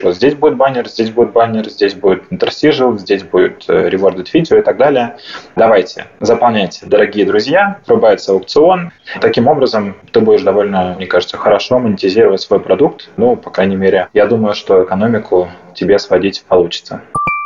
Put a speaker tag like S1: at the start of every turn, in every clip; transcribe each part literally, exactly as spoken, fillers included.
S1: Здесь будет баннер, здесь будет баннер, здесь будет interstitial, здесь будет rewarded видео и так далее. Давайте, заполняйте, дорогие друзья, врубается аукцион. Таким образом, ты будешь довольно, мне кажется, хорошо монетизировать свой продукт. Ну, по крайней мере, я думаю, что экономику тебе сводить получится.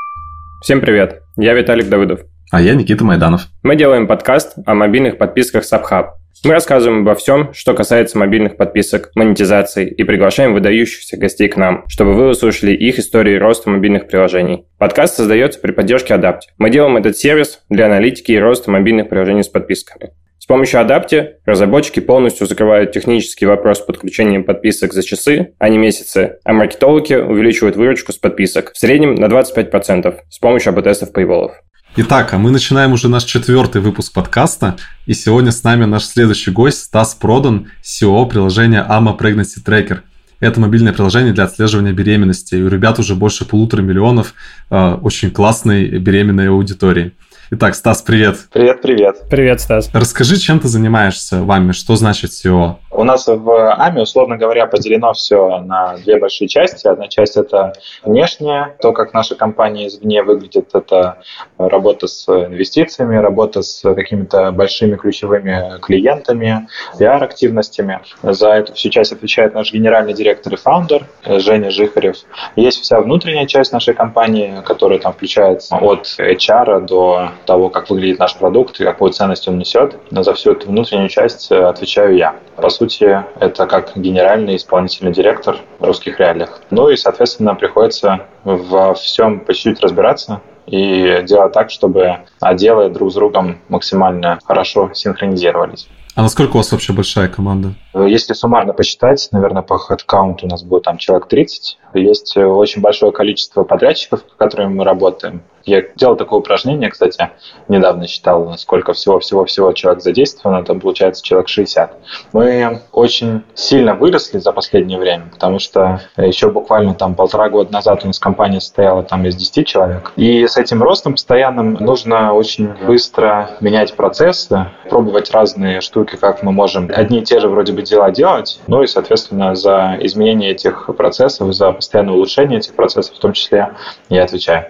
S2: Всем привет, я Виталик Давыдов.
S3: А я Никита Майданов.
S2: Мы делаем подкаст о мобильных подписках SubHub. Мы рассказываем обо всем, что касается мобильных подписок, монетизации, и приглашаем выдающихся гостей к нам, чтобы вы услышали их истории роста мобильных приложений. Подкаст создается при поддержке Adapty. Мы делаем этот сервис для аналитики и роста мобильных приложений с подписками. С помощью Adapty разработчики полностью закрывают технический вопрос с подключением подписок за часы, а не месяцы, а маркетологи увеличивают выручку с подписок в среднем на двадцать пять процентов с помощью эй би тестов пейволов.
S3: Итак, а мы начинаем уже наш четвертый выпуск подкаста, и сегодня с нами наш следующий гость Стас Продан, си и о приложения Ama Pregnancy Tracker. Это мобильное приложение для отслеживания беременности, и у ребят уже больше полутора миллионов э, очень классной беременной аудитории. Итак, Стас, привет.
S1: Привет, привет.
S2: Привет, Стас.
S3: Расскажи, чем ты занимаешься в Аме, что значит си и о?
S1: У нас в Аме, условно говоря, поделено все на две большие части. Одна часть – это внешняя, то, как наша компания извне выглядит, это работа с инвестициями, работа с какими-то большими ключевыми клиентами, пиар-активностями. За эту всю часть отвечает наш генеральный директор и фаундер Женя Жихарев. Есть вся внутренняя часть нашей компании, которая там включается от эйч ар до того, как выглядит наш продукт и какую ценность он несет. Но за всю эту внутреннюю часть отвечаю я. По сути, это как генеральный исполнительный директор в русских реалиях. Ну и, соответственно, приходится во всем по чуть-чуть разбираться и делать так, чтобы отделы друг с другом максимально хорошо синхронизировались.
S3: А насколько у вас вообще большая команда?
S1: Если суммарно посчитать, наверное, по хедкаунту у нас будет там человек тридцать. Есть очень большое количество подрядчиков, с которыми мы работаем. Я делал такое упражнение, кстати, недавно считал, сколько всего-всего-всего человек задействовано, там получается человек шестьдесят. Мы очень сильно выросли за последнее время, потому что еще буквально там полтора года назад у нас компания состояла там из десяти человек. И с этим ростом постоянным нужно очень быстро менять процессы, пробовать разные штуки, как мы можем одни и те же вроде бы дела делать, ну и, соответственно, за изменение этих процессов, за постоянное улучшение этих процессов в том числе я отвечаю.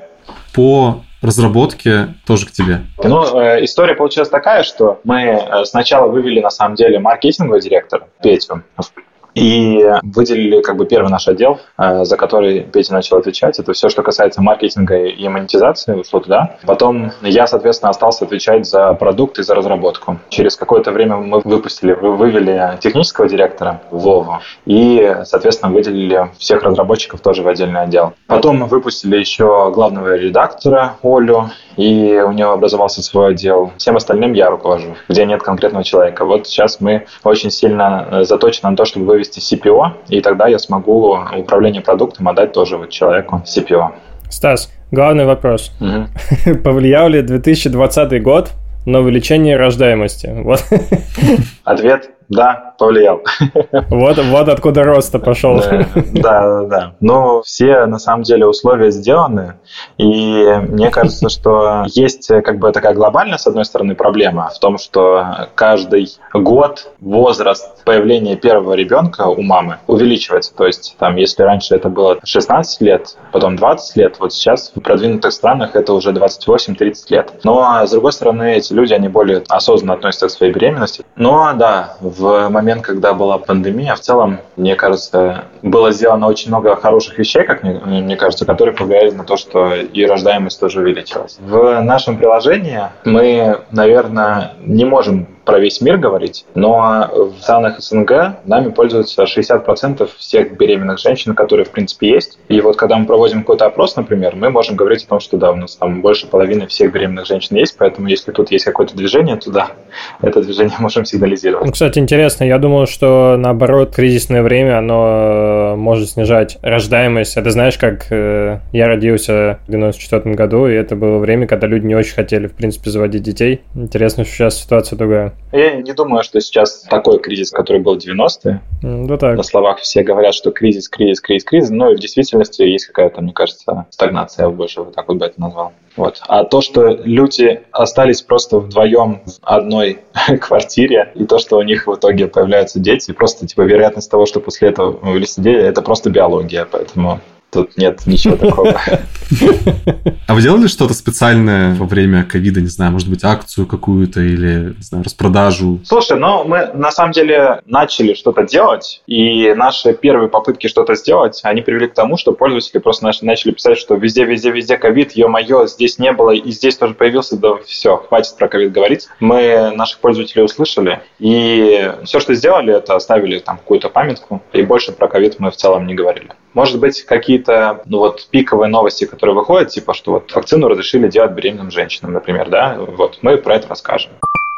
S3: По разработке тоже к тебе.
S1: Ну, э, история получилась такая, что мы сначала вывели, на самом деле, маркетингового директора Петю и выделили как бы первый наш отдел, э, за который Петя начал отвечать. Это все, что касается маркетинга и монетизации, ушло туда. Потом я, соответственно, остался отвечать за продукт и за разработку. Через какое-то время мы выпустили, вывели технического директора Вову и, соответственно, выделили всех разработчиков тоже в отдельный отдел. Потом мы выпустили еще главного редактора Олю, и у него образовался свой отдел. Всем остальным я руковожу, где нет конкретного человека. Вот сейчас мы очень сильно заточены на то, чтобы вывести си пи о, и тогда я смогу управление продуктом отдать тоже вот человеку си пи о.
S2: Стас, главный вопрос.
S1: Угу.
S2: Повлиял ли две тысячи двадцатый год на увеличение рождаемости? Вот.
S1: Ответ – да, повлиял.
S2: Вот, вот откуда рост-то пошел.
S1: Да, да, да. Но все, на самом деле, условия сделаны, и мне кажется, что есть как бы такая глобальная, с одной стороны, проблема в том, что каждый год возраст появления первого ребенка у мамы увеличивается. То есть, там, если раньше это было шестнадцать лет, потом двадцать лет, вот сейчас в продвинутых странах это уже двадцать восемь-тридцать лет. Но, с другой стороны, эти люди, они более осознанно относятся к своей беременности. Но, да, в момент, когда была пандемия, в целом, мне кажется, было сделано очень много хороших вещей, как мне, мне кажется, которые повлияли на то, что и рождаемость тоже увеличилась. В нашем приложении мы, наверное, не можем про весь мир говорить, но в странах эс эн гэ нами пользуются шестьдесят процентов всех беременных женщин, которые в принципе есть. И вот когда мы проводим какой-то опрос, например, мы можем говорить о том, что да, у нас там больше половины всех беременных женщин есть, поэтому если тут есть какое-то движение, то да, это движение можем сигнализировать.
S2: Кстати, интересно, я думал, что наоборот кризисное время, оно может снижать рождаемость. Это знаешь, как э, я родился в девяносто четвёртом году, и это было время, когда люди не очень хотели, в принципе, заводить детей. Интересно, что сейчас ситуация другая.
S1: Я не думаю, что сейчас такой кризис, который был в девяностые.
S2: Ну, так.
S1: На словах все говорят, что кризис, кризис, кризис, кризис, но в действительности есть какая-то, мне кажется, стагнация, я больше вот так вот бы это назвал. Вот. А то, что люди остались просто вдвоем в одной квартире, и то, что у них в итоге появляются дети, просто типа вероятность того, что после этого появились дети, это просто биология, поэтому Тут нет ничего такого.
S3: А вы делали что-то специальное во время ковида, не знаю, может быть, акцию какую-то или, не знаю, распродажу?
S1: Слушай, ну мы на самом деле начали что-то делать, и наши первые попытки что-то сделать, они привели к тому, что пользователи просто начали писать, что везде, везде, везде ковид, ё-моё, здесь не было, и здесь тоже появился, да все, хватит про ковид говорить. Мы наших пользователей услышали, и все, что сделали, это оставили там какую-то памятку, и больше про ковид мы в целом не говорили. Может быть, какие-то ну, вот, пиковые новости, которые выходят, типа, что вот вакцину разрешили делать беременным женщинам, например, да, вот мы про это расскажем.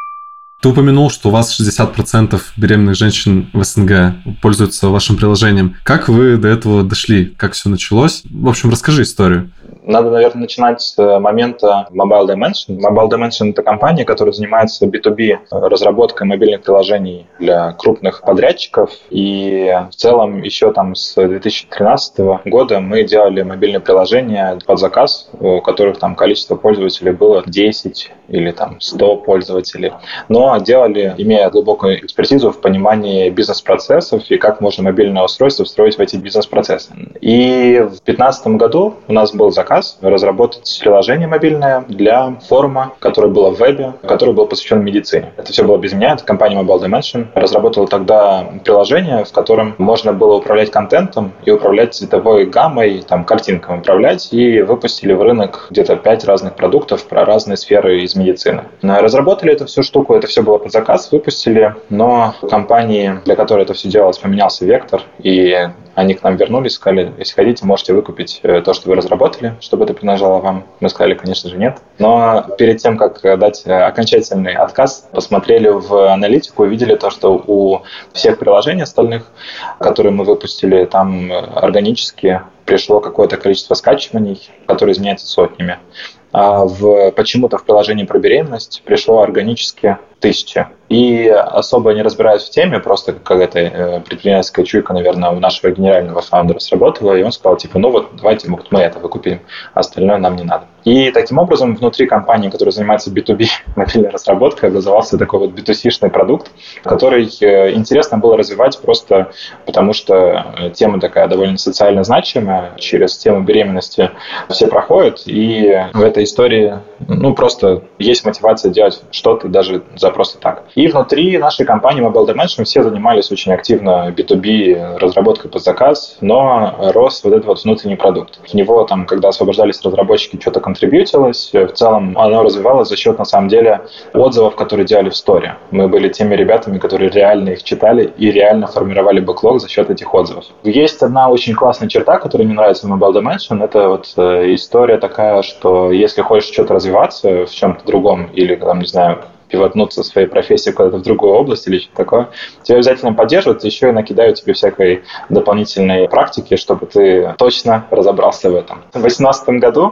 S3: Ты упомянул, что у вас шестьдесят процентов беременных женщин в СНГ пользуются вашим приложением. Как вы до этого дошли? Как все началось? В общем, расскажи историю.
S1: Надо, наверное, начинать с момента Mobile Dimension. Mobile Dimension – это компания, которая занимается би ту би разработкой мобильных приложений для крупных подрядчиков. И в целом еще там с две тысячи тринадцатого года мы делали мобильные приложения под заказ, у которых там количество пользователей было десять или там сто пользователей. Но делали, имея глубокую экспертизу в понимании бизнес-процессов и как можно мобильное устройство встроить в эти бизнес-процессы. И в две тысячи пятнадцатом году у нас был заказ разработать приложение мобильное для форума, которое было в вебе, который был посвящен медицине. Это все было без меня, это компания Mobile Dimension разработала тогда приложение, в котором можно было управлять контентом и управлять цветовой гаммой, там, картинками управлять, и выпустили в рынок где-то пять разных продуктов про разные сферы из медицины. Разработали эту всю штуку, это все было под заказ, выпустили, но у компании, для которой это все делалось, поменялся вектор, и они к нам вернулись, сказали, если хотите, можете выкупить то, что вы разработали, чтобы это принадлежало вам. Мы сказали, конечно же, нет. Но перед тем, как дать окончательный отказ, посмотрели в аналитику и видели то, что у всех приложений остальных, которые мы выпустили, там органически пришло какое-то количество скачиваний, которые изменяются сотнями. А в, почему-то в приложении про беременность пришло органически тысячи. И особо не разбираясь в теме, просто какая-то предпринимательская чуйка, наверное, у нашего генерального фаундера сработала, и он сказал, типа, ну вот, давайте вот мы это выкупим, остальное нам не надо. И таким образом внутри компании, которая занимается би ту би мобильной разработкой, образовался такой вот би ту си-шный продукт, который интересно было развивать просто потому, что тема такая довольно социально значимая, через тему беременности все проходят, и в этой истории, ну, просто есть мотивация делать что-то даже за просто так. И внутри нашей компании Mobile Dimension все занимались очень активно би ту би разработкой под заказ, но рос вот этот вот внутренний продукт. В него там, когда освобождались разработчики, что-то контрибьютилось. В целом оно развивалось за счет, на самом деле, отзывов, которые делали в сторе. Мы были теми ребятами, которые реально их читали и реально формировали бэклог за счет этих отзывов. Есть одна очень классная черта, которая мне нравится в Mobile Dimension. Это вот история такая, что если хочешь что-то развиваться в чем-то другом или, там, не знаю, пивотнуться в своей профессии куда-то в другую область или что-то такое, тебя обязательно поддерживают, еще и накидают тебе всякой дополнительной практики, чтобы ты точно разобрался в этом. В две тысячи восемнадцатом году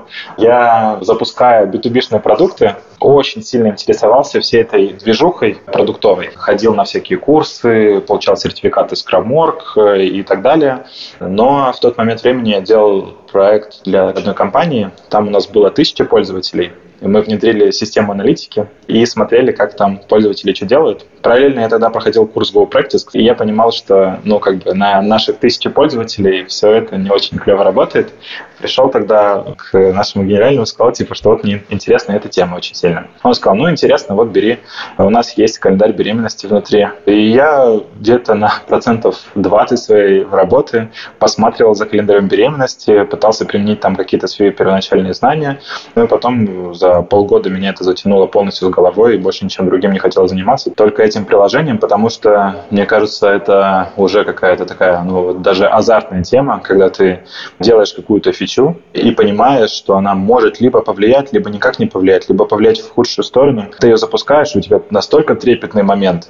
S1: я, запуская би ту би-шные продукты, очень сильно интересовался всей этой движухой продуктовой. Ходил на всякие курсы, получал сертификаты Scrum.org и так далее. Но в тот момент времени я делал проект для одной компании. Там у нас было тысяча пользователей. И мы внедрили систему аналитики и смотрели, как там пользователи что делают. Параллельно я тогда проходил курс GoPractice, и я понимал, что ну, как бы на наших тысячи пользователей все это не очень клево работает. Пришел тогда к нашему генеральному и сказал, типа, что вот мне интересна эта тема очень сильно. Он сказал, ну, интересно, вот бери, у нас есть календарь беременности внутри. И я где-то на процентов двадцать своей работы посматривал за календарем беременности, пытался применить там какие-то свои первоначальные знания, ну и потом за полгода меня это затянуло полностью с головой, и больше ничем другим не хотел заниматься, только этим приложением, потому что, мне кажется, это уже какая-то такая, ну, вот даже азартная тема, когда ты делаешь какую-то фичу и понимаешь, что она может либо повлиять, либо никак не повлиять, либо повлиять в худшую сторону. Ты ее запускаешь, и у тебя настолько трепетный момент,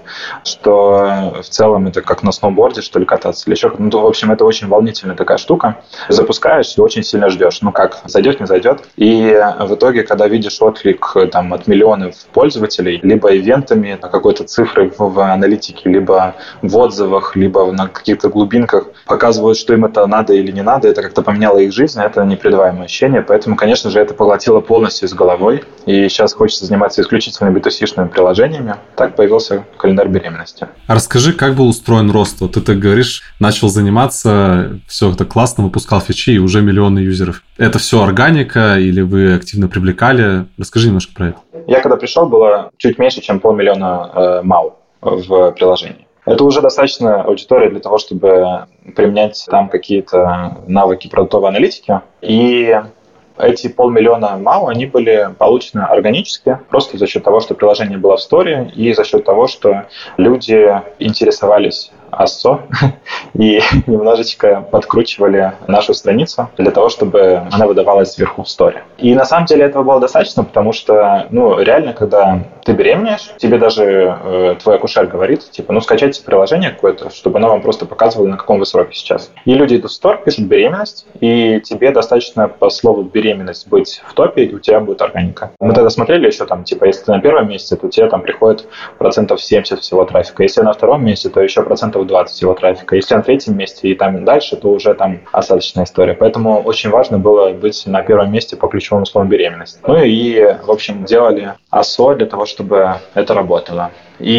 S1: что в целом это как на сноуборде, что ли, кататься или еще. Ну, в общем, это очень волнительная такая штука. Запускаешь и очень сильно ждешь. Ну как, зайдет, не зайдет. И в итоге, когда видишь отклик там, от миллионов пользователей, либо ивентами, какой-то цифрой, цифры в аналитике, либо в отзывах, либо на каких-то глубинках показывают, что им это надо или не надо, это как-то поменяло их жизнь, это непередаваемое ощущение, поэтому, конечно же, это поглотило полностью с головой, и сейчас хочется заниматься исключительно би ту си-шными приложениями. Так появился календарь беременности.
S3: А расскажи, как был устроен рост? Вот ты так говоришь, начал заниматься, все это классно, выпускал фичи, и уже миллионы юзеров. Это все органика или вы активно привлекали? Расскажи немножко про это.
S1: Я когда пришел, было чуть меньше, чем полмиллиона э, МАУ в приложении. Это уже достаточно аудитория для того, чтобы применять там какие-то навыки продуктовой аналитики. И эти полмиллиона МАУ, они были получены органически, просто за счет того, что приложение было в сторе, и за счет того, что люди интересовались ассо и немножечко подкручивали нашу страницу для того, чтобы она выдавалась вверху в сторе. И на самом деле этого было достаточно, потому что, ну, реально, когда ты беременеешь, тебе даже э, твой акушер говорит, типа, ну, скачайте приложение какое-то, чтобы оно вам просто показывало, на каком вы сроке сейчас. И люди идут в стор, пишут беременность, и тебе достаточно по слову беременность быть в топе, и у тебя будет органика. Мы тогда смотрели еще там, типа, если ты на первом месте, то у тебя там приходит процентов семьдесят всего трафика. Если на втором месте, то еще процентов двадцать всего трафика. Если на третьем месте и там дальше, то уже там остаточная история. Поэтому очень важно было быть на первом месте по ключевому слову беременность. Ну и, в общем, делали ассо для того, чтобы это работало.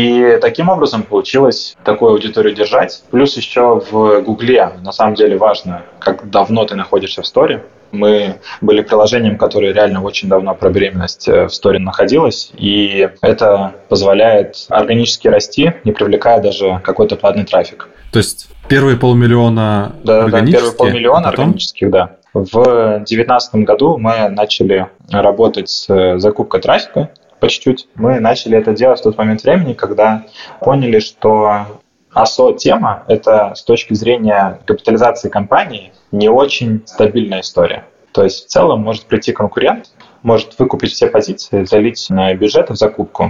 S1: И таким образом получилось такую аудиторию держать. Плюс еще в Гугле на самом деле важно, как давно ты находишься в сторе. Мы были приложением, которое реально очень давно про беременность в сторе находилось, и это позволяет органически расти, не привлекая даже какой-то платный трафик.
S3: То есть первые полмиллиона
S1: да,
S3: органических?
S1: Да, первые полмиллиона
S3: а потом...
S1: органических, да. В две тысячи девятнадцатом году мы начали работать с закупкой трафика по чуть-чуть. Мы начали это делать в тот момент времени, когда поняли, что ассо-тема – это с точки зрения капитализации компании не очень стабильная история. То есть в целом может прийти конкурент, может выкупить все позиции, залить на бюджет в закупку,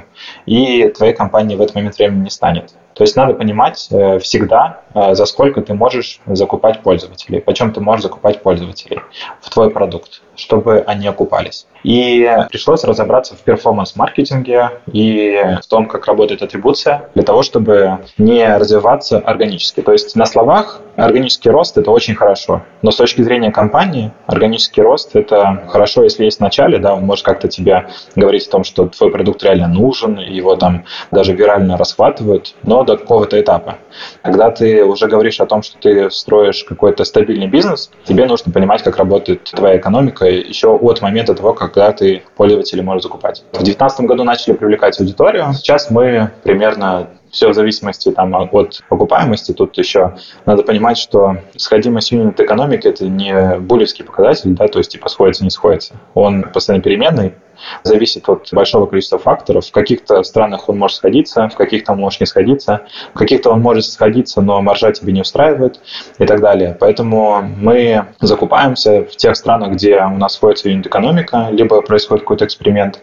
S1: и твоей компании в этот момент времени не станет. То есть надо понимать э, всегда, э, за сколько ты можешь закупать пользователей, почем ты можешь закупать пользователей в твой продукт, чтобы они окупались. И пришлось разобраться в перформанс-маркетинге и в том, как работает атрибуция, для того, чтобы не развиваться органически. То есть на словах органический рост – это очень хорошо, но с точки зрения компании органический рост – это хорошо, если есть в начале, да, он может как-то тебе говорить о том, что твой продукт реально нужен, его там даже вирально расхватывают, но до какого-то этапа. Когда ты уже говоришь о том, что ты строишь какой-то стабильный бизнес, тебе нужно понимать, как работает твоя экономика еще от момента того, когда ты пользователей можешь закупать. В две тысячи девятнадцатом году начали привлекать аудиторию. Сейчас мы примерно все в зависимости там, от окупаемости. Тут еще надо понимать, что сходимость юнит-экономики – это не булевский показатель, да, то есть типа сходится, не сходится. Он постоянно переменный, зависит от большого количества факторов. В каких-то странах он может сходиться, в каких-то он может не сходиться, в каких-то он может сходиться, но маржа тебе не устраивает и так далее. Поэтому мы закупаемся в тех странах, где у нас сходится юнит-экономика, либо происходит какой-то эксперимент,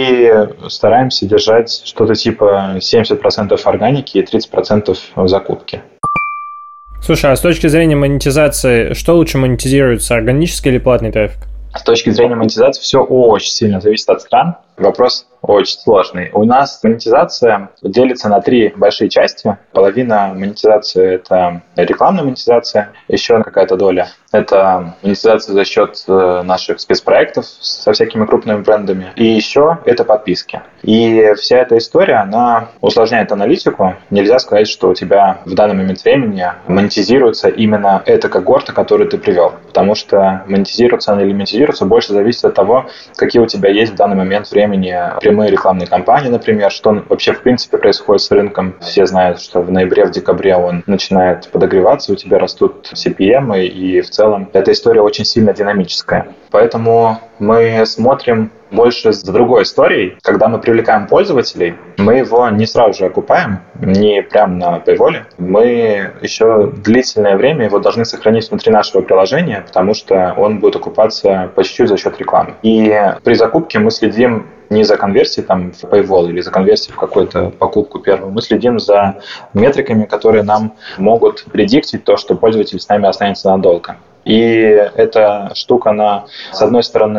S1: и стараемся держать что-то типа семьдесят процентов органики и тридцать процентов закупки.
S2: Слушай, а с точки зрения монетизации, что лучше монетизируется, органический или платный трафик?
S1: С точки зрения монетизации все очень сильно зависит от стран. Вопрос очень сложный. У нас монетизация делится на три большие части. Половина монетизации – это рекламная монетизация, еще какая-то доля – это монетизация за счет наших спецпроектов со всякими крупными брендами, и еще это подписки. И вся эта история, она усложняет аналитику. Нельзя сказать, что у тебя в данный момент времени монетизируется именно эта когорта, которую ты привел, потому что монетизируется она или монетизируется больше зависит от того, какие у тебя есть в данный момент времени прямые рекламные кампании, например, что вообще в принципе происходит с рынком. Все знают, что в ноябре, в декабре он начинает подогреваться, у тебя растут си пи эм, и в целом эта история очень сильно динамическая. Поэтому мы смотрим больше за другой историей. Когда мы привлекаем пользователей, мы его не сразу же окупаем, не прямо на Paywall. Мы еще длительное время его должны сохранить внутри нашего приложения, потому что он будет окупаться по чуть-чуть за счет рекламы. И при закупке мы следим не за конверсией там, в Paywall или за конверсией в какую-то покупку первую. Мы следим за метриками, которые нам могут предиктить то, что пользователь с нами останется надолго. И эта штука, она, с одной стороны,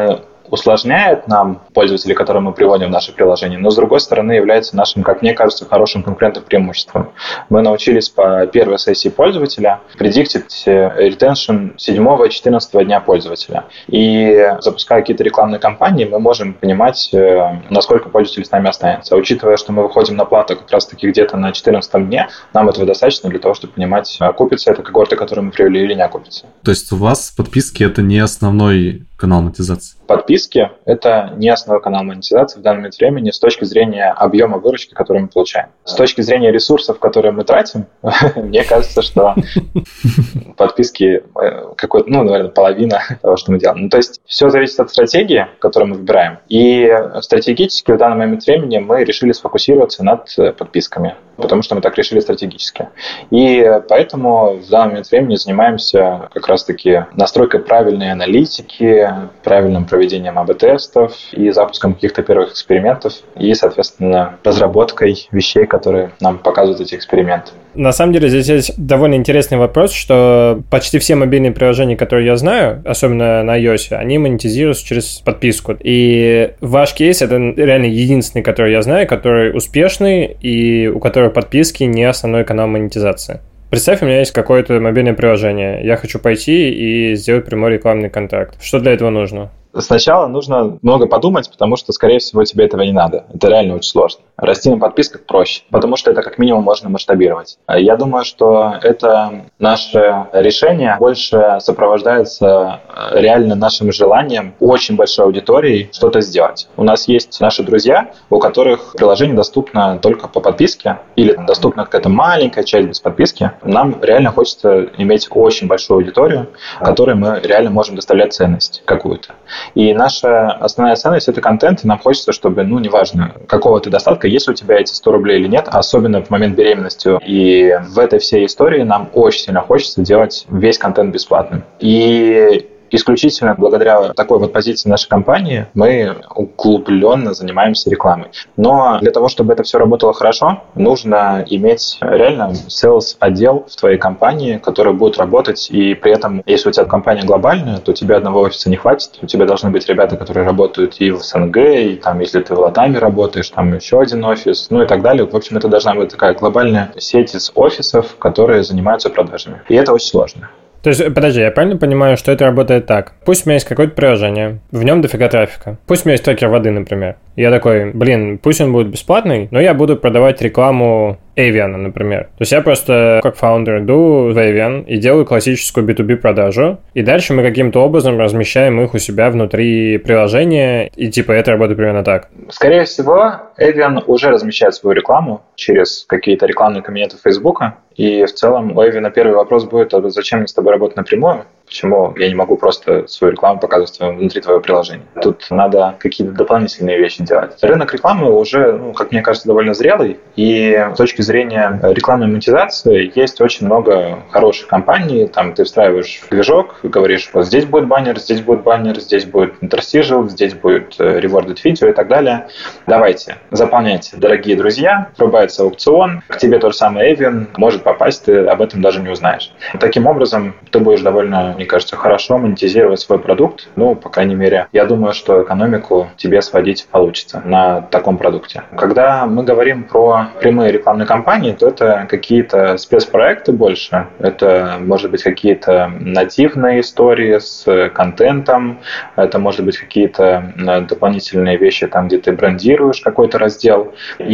S1: усложняет нам пользователей, которые мы приводим в наше приложение, но, с другой стороны, является нашим, как мне кажется, хорошим конкурентным преимуществом. Мы научились по первой сессии пользователя предиктить ретеншн седьмого-четырнадцатого дня пользователя. И запуская какие-то рекламные кампании, мы можем понимать, насколько пользователь с нами останется. А учитывая, что мы выходим на плату как раз-таки где-то на четырнадцатом дне, нам этого достаточно для того, чтобы понимать, окупится эта когорта, которую мы привели, или не окупится.
S3: То есть у вас подписки — это не основной канал монетизации?
S1: Подписки – это не основной канал монетизации в данный момент времени с точки зрения объема выручки, который мы получаем. С точки зрения ресурсов, которые мы тратим, мне кажется, что подписки какой-то, ну, наверное, половина того, что мы делаем. Ну, то есть все зависит от стратегии, которую мы выбираем. И стратегически в данный момент времени мы решили сфокусироваться над подписками, потому что мы так решили стратегически. И поэтому в данный момент времени занимаемся как раз-таки настройкой правильной аналитики, правильным проведением эй би тестов и запуском каких-то первых экспериментов и, соответственно, разработкой вещей, которые нам показывают эти эксперименты.
S2: На самом деле здесь есть довольно интересный вопрос, что почти все мобильные приложения, которые я знаю, особенно на iOS, они монетизируются через подписку. И ваш кейс — это реально единственный, который я знаю, который успешный и у которого подписки не основной канал монетизации. Представь, у меня есть какое-то мобильное приложение. Я хочу пойти и сделать прямой рекламный контакт. Что для этого нужно?
S1: Сначала нужно много подумать, потому что, скорее всего, тебе этого не надо. Это реально очень сложно. Расти на подписках проще, потому что это как минимум можно масштабировать. Я думаю, что это наше решение больше сопровождается реально нашим желанием очень большой аудитории что-то сделать. У нас есть наши друзья, у которых приложение доступно только по подписке или доступна какая-то маленькая часть без подписки. Нам реально хочется иметь очень большую аудиторию, которой мы реально можем доставлять ценность какую-то. И наша основная ценность – это контент, и нам хочется, чтобы, ну, неважно, какого ты достатка, есть ли у тебя эти сто рублей или нет, особенно в момент беременности. И в этой всей истории нам очень сильно хочется делать весь контент бесплатным. И исключительно благодаря такой вот позиции нашей компании мы углубленно занимаемся рекламой. Но для того, чтобы это все работало хорошо, нужно иметь реально sales-отдел в твоей компании, который будет работать, и при этом, если у тебя компания глобальная, то тебе одного офиса не хватит, у тебя должны быть ребята, которые работают и в СНГ, и там, если ты в Латаме работаешь, там еще один офис, ну и так далее. В общем, это должна быть такая глобальная сеть из офисов, которые занимаются продажами. И это очень сложно.
S2: То есть, подожди, я правильно понимаю, что это работает так? Пусть у меня есть какое-то приложение, в нем дофига трафика. Пусть у меня есть трекер воды, например. Я такой, блин, пусть он будет бесплатный, но я буду продавать рекламу Evian, например. То есть я просто как фаундер иду в Evian и делаю классическую би ту би продажу, и дальше мы каким-то образом размещаем их у себя внутри приложения, и типа это работает примерно так.
S1: Скорее всего, Evian уже размещает свою рекламу через какие-то рекламные кабинеты Фейсбука, и в целом у Evian первый вопрос будет: а зачем мне с тобой работать напрямую? Почему я не могу просто свою рекламу показывать внутри твоего приложения? Тут надо какие-то дополнительные вещи делать. Рынок рекламы уже, ну, как мне кажется, довольно зрелый, и с точки зрения рекламной монетизации есть очень много хороших компаний. Там ты встраиваешь в движок, говоришь, вот здесь будет баннер, здесь будет баннер, здесь будет interstitial, здесь будет rewarded video и так далее. Давайте, заполняйте, дорогие друзья, врубается аукцион, к тебе тот же самый Evian может попасть, ты об этом даже не узнаешь. Таким образом, ты будешь довольно, мне кажется, хорошо монетизировать свой продукт. Ну, по крайней мере, я думаю, что экономику тебе сводить получится на таком продукте. Когда мы говорим про прямые рекламные кампании, то это какие-то спецпроекты больше. Это, может быть, какие-то нативные истории с контентом. Это, может быть, какие-то дополнительные вещи, там, где ты брендируешь какой-то раздел.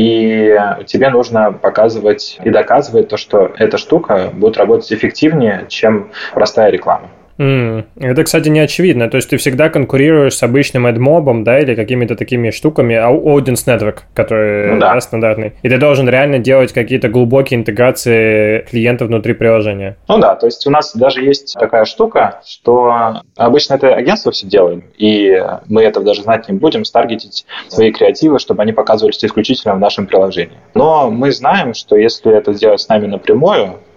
S1: И тебе нужно показывать и доказывать то, что эта штука будет работать эффективнее, чем простая реклама.
S2: Mm. Это, кстати, не очевидно. То есть ты всегда конкурируешь с обычным AdMob, да, или какими-то такими штуками, Audience Network, который, ну, да. Да, стандартный. И ты должен реально делать какие-то глубокие интеграции клиентов внутри приложения.
S1: Ну да, то есть у нас даже есть такая штука, что обычно это агентство все делает, и мы этого даже знать не будем, старгетить свои креативы, чтобы они показывались исключительно в нашем приложении. Но мы знаем, что если это сделать с нами напрямую,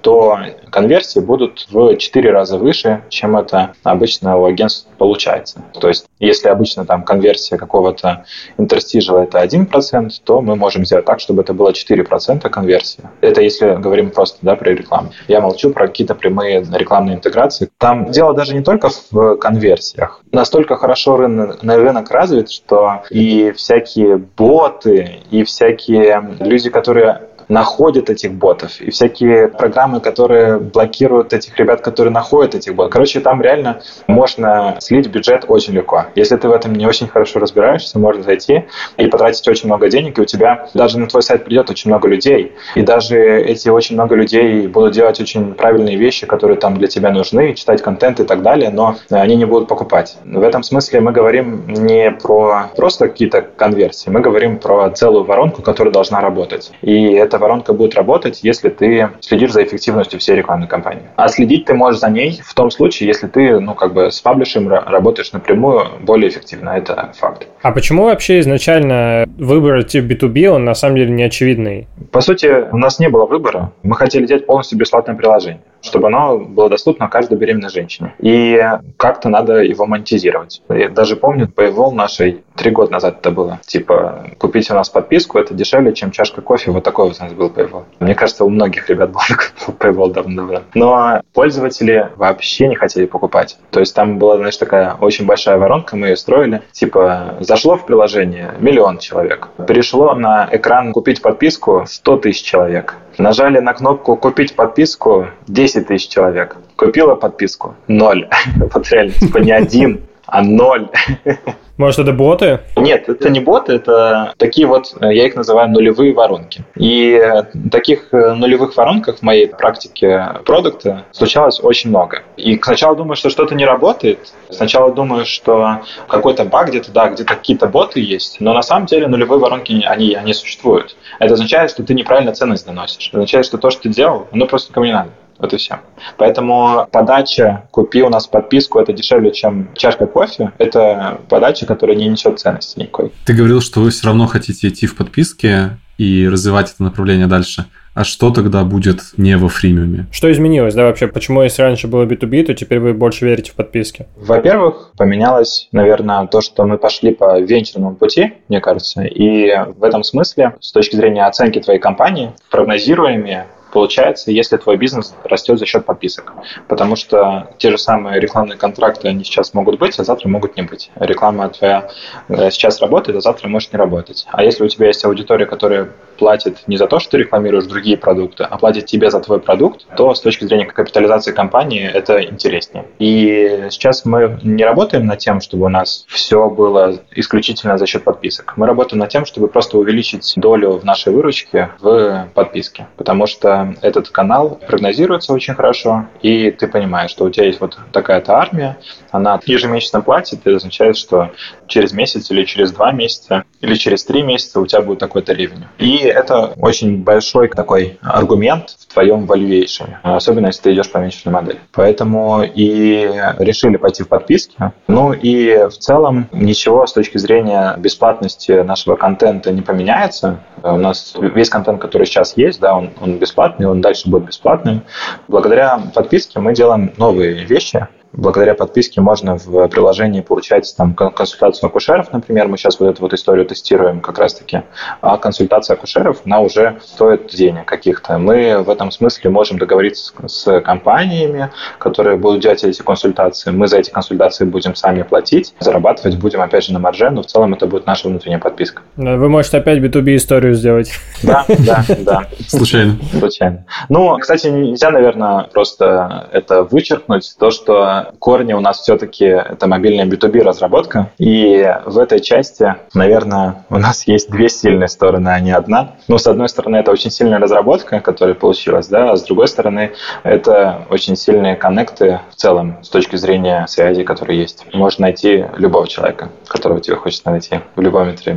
S1: то конверсии будут в четыре раза выше, чем это обычно у агентств получается. То есть, если обычно там конверсия какого-то интерстижела это один процент, то мы можем сделать так, чтобы это было четыре процента конверсии. Это если говорим просто, да, про рекламу. Я молчу про какие-то прямые рекламные интеграции. Там дело даже не только в конверсиях. Настолько хорошо рынок, рынок развит, что и всякие боты, и всякие люди, которые находят этих ботов, и всякие программы, которые блокируют этих ребят, которые находят этих ботов. Короче, там реально можно слить бюджет очень легко. Если ты в этом не очень хорошо разбираешься, можно зайти и потратить очень много денег, и у тебя даже на твой сайт придет очень много людей. И даже эти очень много людей будут делать очень правильные вещи, которые там для тебя нужны, читать контент и так далее, но они не будут покупать. В этом смысле мы говорим не про просто какие-то конверсии, мы говорим про целую воронку, которая должна работать. И это эта воронка будет работать, если ты следишь за эффективностью всей рекламной кампании. А следить ты можешь за ней в том случае, если ты, ну, как бы с паблишером работаешь напрямую более эффективно. Это факт.
S2: А почему вообще изначально выбор тип би ту би, он на самом деле не очевидный?
S1: По сути, у нас не было выбора. Мы хотели делать полностью бесплатное приложение, чтобы оно было доступно каждой беременной женщине. И как-то надо его монетизировать. Я даже помню, Paywall нашей три года назад это было. Типа, купить у нас подписку, это дешевле, чем чашка кофе. Вот такой вот у нас был Paywall. Мне кажется, у многих ребят был Paywall давно-давно. Но пользователи вообще не хотели покупать. То есть там была, знаешь, такая очень большая воронка, мы ее строили. Типа, зашло в приложение миллион человек. Перешло на экран «Купить подписку» сто тысяч человек. Нажали на кнопку «Купить подписку» десять тысяч человек. Купила подписку – ноль. Вот реально, типа не один, а ноль.
S2: Может, это боты?
S1: Нет, это не боты, это такие вот, я их называю нулевые воронки. И таких нулевых воронках в моей практике продукта случалось очень много. И сначала думаю, что что-то не работает. Сначала думаю, что какой-то баг где-то, да, где-то какие-то боты есть. Но на самом деле нулевые воронки, они, они существуют. Это означает, что ты неправильно ценность доносишь. Это означает, что то, что ты делал, оно просто никому не надо. Вот и все. Поэтому подача «Купи у нас подписку» — это дешевле, чем чашка кофе. Это подача, которая не несет ценности никакой.
S3: Ты говорил, что вы все равно хотите идти в подписке и развивать это направление дальше. А что тогда будет не во фримиуме?
S2: Что изменилось, да, вообще? Почему, если раньше было би ту би, то теперь вы больше верите в подписки?
S1: Во-первых, поменялось, наверное, то, что мы пошли по венчурному пути, мне кажется. И в этом смысле, с точки зрения оценки твоей компании, прогнозируемые получается, если твой бизнес растет за счет подписок. Потому что те же самые рекламные контракты, они сейчас могут быть, а завтра могут не быть. Реклама твоя сейчас работает, а завтра может не работать. А если у тебя есть аудитория, которая платит не за то, что ты рекламируешь другие продукты, а платит тебе за твой продукт, то с точки зрения капитализации компании это интереснее. И сейчас мы не работаем над тем, чтобы у нас все было исключительно за счет подписок. Мы работаем над тем, чтобы просто увеличить долю в нашей выручке в подписке. Потому что этот канал прогнозируется очень хорошо, и ты понимаешь, что у тебя есть вот такая-то армия, она ежемесячно платит, это означает, что через месяц или через два месяца или через три месяца у тебя будет такой-то ревеню. И это очень большой такой аргумент в твоем valuation, особенно если ты идешь по венчурной модели. Поэтому и решили пойти в подписки. Ну и в целом ничего с точки зрения бесплатности нашего контента не поменяется. У нас весь контент, который сейчас есть, да, он, он бесплатный, он дальше будет бесплатным. Благодаря подписке мы делаем новые вещи. Благодаря подписке можно в приложении получать там консультацию акушеров, например. Мы сейчас вот эту вот историю тестируем как раз-таки. А консультация акушеров, она уже стоит денег каких-то. Мы в этом смысле можем договориться с компаниями, которые будут делать эти консультации. Мы за эти консультации будем сами платить. Зарабатывать будем, опять же, на марже, но в целом это будет наша внутренняя подписка.
S2: Вы можете опять би ту би историю сделать.
S1: Да, да, да.
S3: Случайно.
S1: Случайно. Ну, кстати, нельзя, наверное, просто это вычеркнуть. То, что корни у нас все-таки это мобильная би ту би разработка. И в этой части, наверное, у нас есть две сильные стороны, а не одна. Ну, с одной стороны, это очень сильная разработка, которая получилась, да, а с другой стороны, это очень сильные коннекты в целом с точки зрения связи, которые есть. Можно найти любого человека, которого тебе хочется найти в любой момент времени.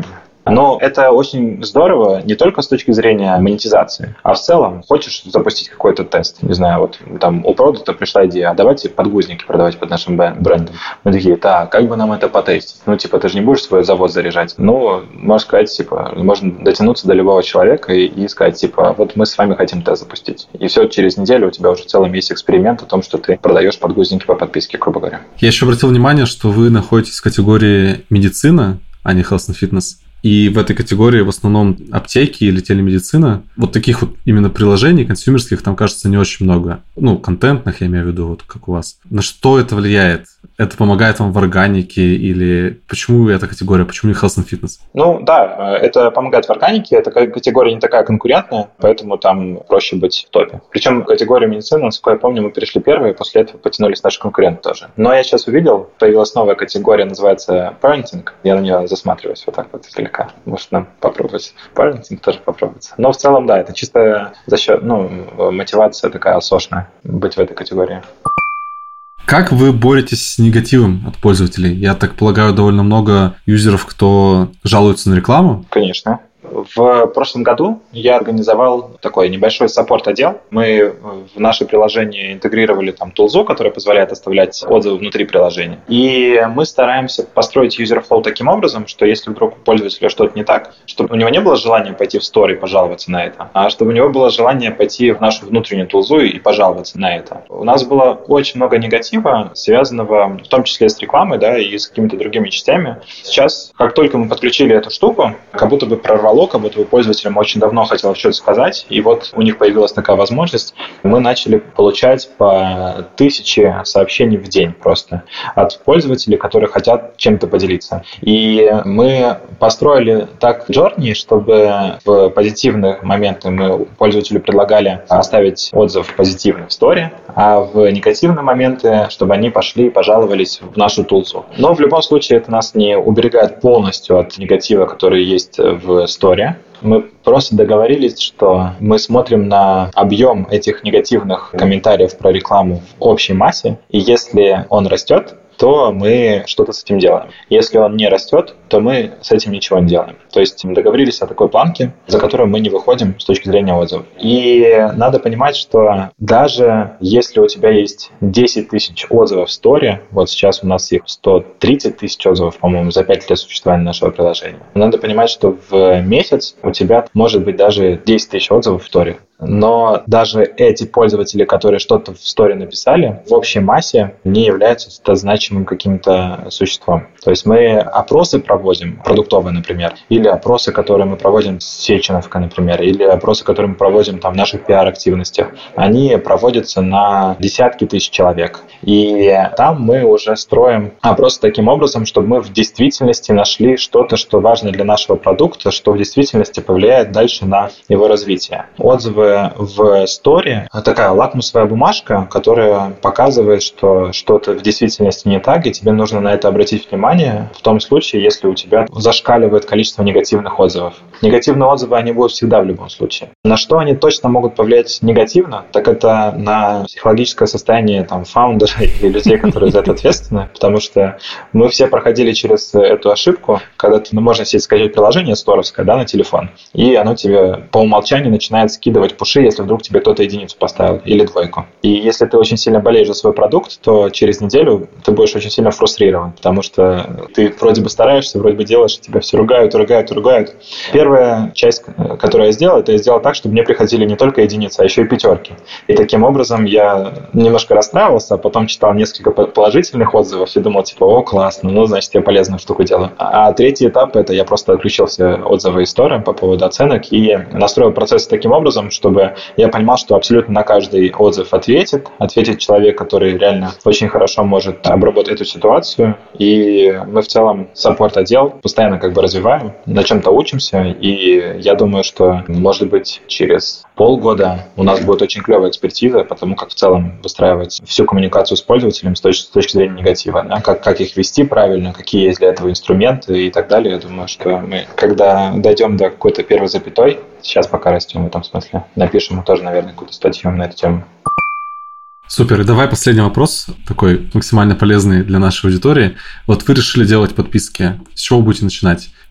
S1: Но это очень здорово не только с точки зрения монетизации, а в целом хочешь запустить какой-то тест. Не знаю, вот там у продукта пришла идея, а давайте подгузники продавать под нашим брендом. Мы такие, так, как бы нам это потестить? Ну, типа, ты же не будешь свой завод заряжать. Ну, можно сказать, типа, можно дотянуться до любого человека и, и сказать, типа, вот мы с вами хотим тест запустить. И все, через неделю у тебя уже в целом есть эксперимент о том, что ты продаешь подгузники по подписке, грубо говоря.
S3: Я еще обратил внимание, что вы находитесь в категории медицина, а не health and fitness. И в этой категории в основном аптеки или телемедицина. Вот таких вот именно приложений консюмерских там, кажется, не очень много. Ну, контентных, я имею в виду, вот как у вас. На что это влияет? Это помогает вам в органике или почему эта категория, почему не health and fitness?
S1: Ну да, это помогает в органике, эта категория не такая конкурентная, поэтому там проще быть в топе. Причем категорию медицины, насколько я помню, мы перешли первые, после этого потянулись наши конкуренты тоже. Но я сейчас увидел, появилась новая категория, называется parenting. Я на нее засматриваюсь вот так вот издалека. Может нам попробовать parenting тоже попробовать. Но в целом, да, это чисто за счет, ну, мотивация такая сошная быть в этой категории.
S3: Как вы боретесь с негативом от пользователей? Я так полагаю, довольно много юзеров, кто жалуется на рекламу.
S1: Конечно. В прошлом году я организовал такой небольшой саппорт-отдел. Мы в наше приложение интегрировали там тулзу, которая позволяет оставлять отзывы внутри приложения. И мы стараемся построить user-flow таким образом, что если вдруг у пользователя что-то не так, чтобы у него не было желания пойти в стор и пожаловаться на это, а чтобы у него было желание пойти в нашу внутреннюю тулзу и пожаловаться на это. У нас было очень много негатива, связанного в том числе с рекламой, да, и с какими-то другими частями. Сейчас, как только мы подключили эту штуку, как будто бы прорвало, как будто бы пользователям очень давно хотелось что-то сказать, и вот у них появилась такая возможность. Мы начали получать по тысяче сообщений в день просто от пользователей, которые хотят чем-то поделиться. И мы построили так journey, чтобы в позитивные моменты мы пользователю предлагали оставить отзыв позитивный в сторе, а в негативные моменты, чтобы они пошли и пожаловались в нашу тулзу. Но в любом случае это нас не уберегает полностью от негатива, который есть в сторе. Мы просто договорились, что мы смотрим на объем этих негативных комментариев про рекламу в общей массе, и если он растет, то мы что-то с этим делаем. Если он не растет, то мы с этим ничего не делаем. То есть мы договорились о такой планке, за которую мы не выходим с точки зрения отзывов. И надо понимать, что даже если у тебя есть десять тысяч отзывов в сторе, вот сейчас у нас их сто тридцать тысяч отзывов, по-моему, за пять лет существования нашего приложения, надо понимать, что в месяц у тебя может быть даже десять тысяч отзывов в сторе. Но даже эти пользователи, которые что-то в сторе написали, в общей массе не являются значимым каким-то существом. То есть мы опросы проводим, продуктовые, например, или опросы, которые мы проводим с Сеченовкой, например, или опросы, которые мы проводим там, в наших пиар-активностях, они проводятся на десятки тысяч человек. И там мы уже строим опросы таким образом, чтобы мы в действительности нашли что-то, что важно для нашего продукта, что в действительности повлияет дальше на его развитие. Отзывы в сторе такая лакмусовая бумажка, которая показывает, что что-то в действительности не так, и тебе нужно на это обратить внимание в том случае, если у тебя зашкаливает количество негативных отзывов. Негативные отзывы, они будут всегда в любом случае. На что они точно могут повлиять негативно, так это на психологическое состояние там, фаундера или людей, которые за это ответственны, потому что мы все проходили через эту ошибку, когда ты, ну, можно себе скачать приложение сторовское, да, на телефон, и оно тебе по умолчанию начинает скидывать пуши, если вдруг тебе кто-то единицу поставил или двойку. И если ты очень сильно болеешь за свой продукт, то через неделю ты будешь очень сильно фрустрирован, потому что ты вроде бы стараешься, вроде бы делаешь, тебя все ругают, ругают, ругают. Первая часть, которую я сделал, это я сделал так, чтобы мне приходили не только единицы, а еще и пятерки. И таким образом я немножко расстраивался, а потом читал несколько положительных отзывов и думал, типа, о, классно, ну, значит, я полезную штуку делаю. А третий этап, это я просто отключил все отзывы и сторы по поводу оценок и настроил процесс таким образом, чтобы я понимал, что абсолютно на каждый отзыв ответит, ответит человек, который реально очень хорошо может обработать эту ситуацию. И мы в целом саппорт-отдел постоянно как бы развиваем, на чем-то учимся, и я думаю, что, может быть, через полгода у нас будет очень клевая экспертиза, потому как в целом выстраивать всю коммуникацию с пользователем с точки, с точки зрения негатива, да? как, как их вести правильно, какие есть для этого инструменты и так далее. Я думаю, что мы, когда дойдем до какой-то первой запятой, сейчас пока растем в этом смысле, напишем мы тоже, наверное, какую-то статью на эту тему.
S3: Супер. И давай последний вопрос, такой максимально полезный для нашей аудитории. Вот вы решили делать подписки. С чего будете начинать?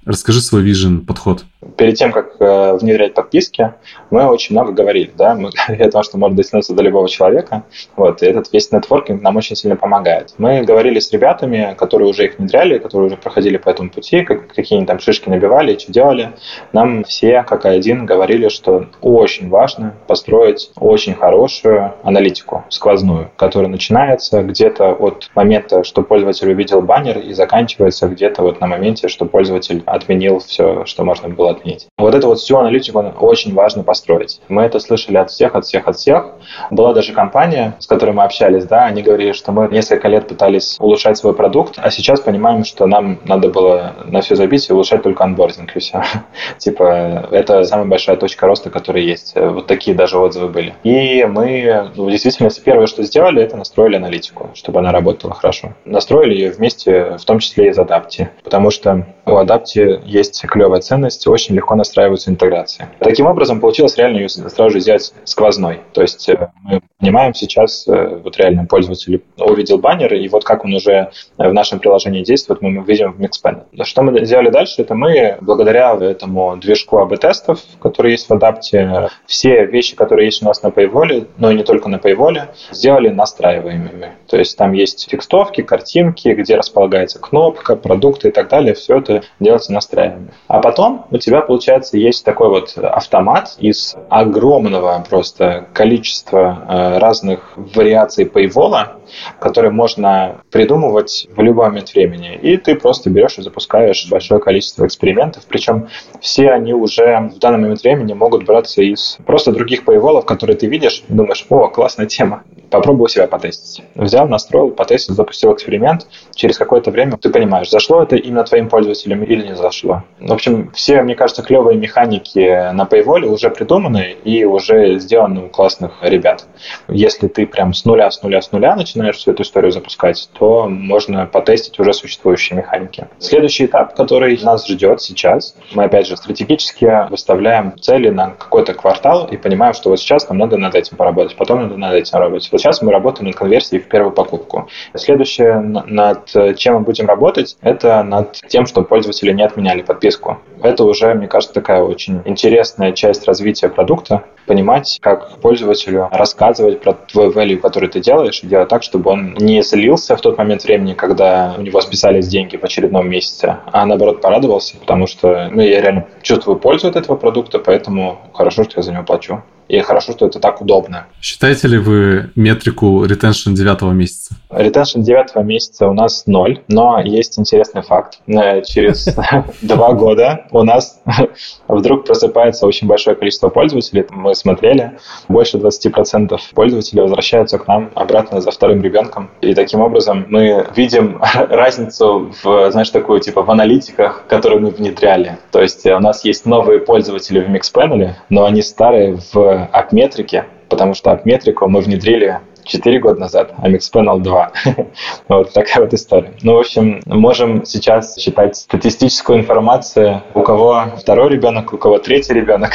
S3: Расскажи свой вижен, подход.
S1: Перед тем, как э, внедрять подписки, мы очень много говорили, да, мы говорили о том, что может дотянуться до любого человека, вот, и этот весь нетворкинг нам очень сильно помогает. Мы говорили с ребятами, которые уже их внедряли, которые уже проходили по этому пути, как, какие они там шишки набивали, что делали. Нам все, как один, говорили, что очень важно построить очень хорошую аналитику, сквозную, которая начинается где-то от момента, что пользователь увидел баннер, и заканчивается где-то вот на моменте, что пользователь отменил все, что можно было отменить. Вот эту вот всю аналитику очень важно построить. Мы это слышали от всех, от всех, от всех. Была даже компания, с которой мы общались, да, они говорили, что мы несколько лет пытались улучшать свой продукт, а сейчас понимаем, что нам надо было на все забить и улучшать только анбординг и все. Типа, это самая большая точка роста, которая есть. Вот такие даже отзывы были. И мы, ну, действительно, первое, что сделали, это настроили аналитику, чтобы она работала хорошо. Настроили ее вместе, в том числе и с Adapti, потому что у Adapti есть клевая ценность, очень легко настраиваются интеграции. Таким образом, получилось реально ее сразу же сделать сквозной. То есть мы понимаем сейчас, вот реально пользователь увидел баннер, и вот как он уже в нашем приложении действует, мы видим в Mixpanel. Что мы сделали дальше, это мы, благодаря этому движку эй би тестов, который есть в Adapti, все вещи, которые есть у нас на Paywall, но и не только на Paywall, сделали настраиваемыми. То есть там есть текстовки, картинки, где располагается кнопка, продукты и так далее, все это делается настраиваемыми. А потом у тебя, получается, есть такой вот автомат из огромного просто количества разных вариаций Paywall, которые можно придумывать в любой момент времени. И ты просто берешь и запускаешь большое количество экспериментов. Причем все они уже в данный момент времени могут браться из просто других Paywall, которые ты видишь и думаешь: о, классная тема, попробуй себя потестить. Взял, настроил, потестил, запустил эксперимент. Через какое-то время ты понимаешь, зашло это именно твоим пользователям или не зашло. В общем, все, мне кажется, клевые механики на Paywall уже придуманы и уже сделаны у классных ребят. Если ты прям с нуля, с нуля, с нуля начинаешь всю эту историю запускать, то можно потестить уже существующие механики. Следующий этап, который нас ждет сейчас, мы опять же стратегически выставляем цели на какой-то квартал и понимаем, что вот сейчас нам надо над этим поработать, потом надо над этим работать. Вот сейчас мы работаем над конверсией в первую покупку. Следующее, над чем мы будем работать, это над тем, чтобы пользователи не отменяли подписку. Это уже, мне кажется, такая очень интересная часть развития продукта. Понимать, как пользователю рассказывать про твой value, который ты делаешь, и делать так, чтобы он не слился в тот момент времени, когда у него списались деньги в очередном месяце, а наоборот порадовался, потому что ну, я реально чувствую пользу от этого продукта, поэтому хорошо, что я за него плачу. И хорошо, что это так удобно.
S3: Считаете ли вы метрику retention девятого месяца?
S1: Retention девятого месяца у нас ноль, но есть интересный факт. Через два года у нас вдруг просыпается очень большое количество пользователей. Мы смотрели, больше двадцать процентов пользователей возвращаются к нам обратно за вторым ребенком. И таким образом мы видим разницу в, знаешь, такую типа в аналитиках, которые мы внедряли. То есть у нас есть новые пользователи в Mixpanel, но они старые в апметрике, потому что апметрику мы внедрили четыре года назад, а Mixpanel два. Вот такая вот история. Ну, в общем, можем сейчас считать статистическую информацию, у кого второй ребенок, у кого третий ребенок.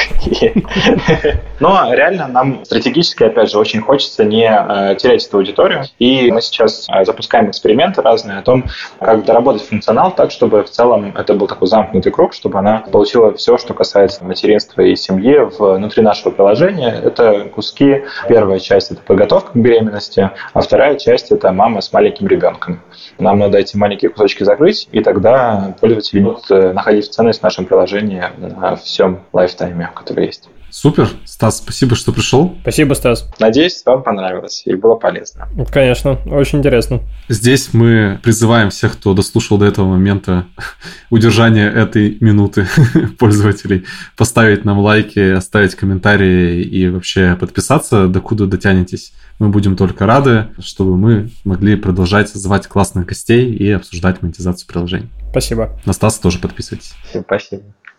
S1: Но реально нам стратегически, опять же, очень хочется не терять эту аудиторию. И мы сейчас запускаем эксперименты разные о том, как доработать функционал так, чтобы в целом это был такой замкнутый круг, чтобы она получила все, что касается материнства и семьи внутри нашего приложения. Это куски. Первая часть — это подготовка к беременности, а вторая часть — это мама с маленьким ребенком. Нам надо эти маленькие кусочки закрыть, и тогда пользователи будут находить ценность в нашем приложении на всем лайфтайме, который есть.
S3: Супер. Стас, спасибо, что пришел.
S2: Спасибо, Стас.
S1: Надеюсь, вам понравилось и было полезно.
S2: Конечно, очень интересно.
S3: Здесь мы призываем всех, кто дослушал до этого момента удержания этой минуты пользователей, поставить нам лайки, оставить комментарии и вообще подписаться, докуда дотянетесь. Мы будем только рады, чтобы мы могли продолжать звать классных гостей и обсуждать монетизацию приложений.
S2: Спасибо.
S3: На Стаса тоже подписывайтесь.
S1: Спасибо.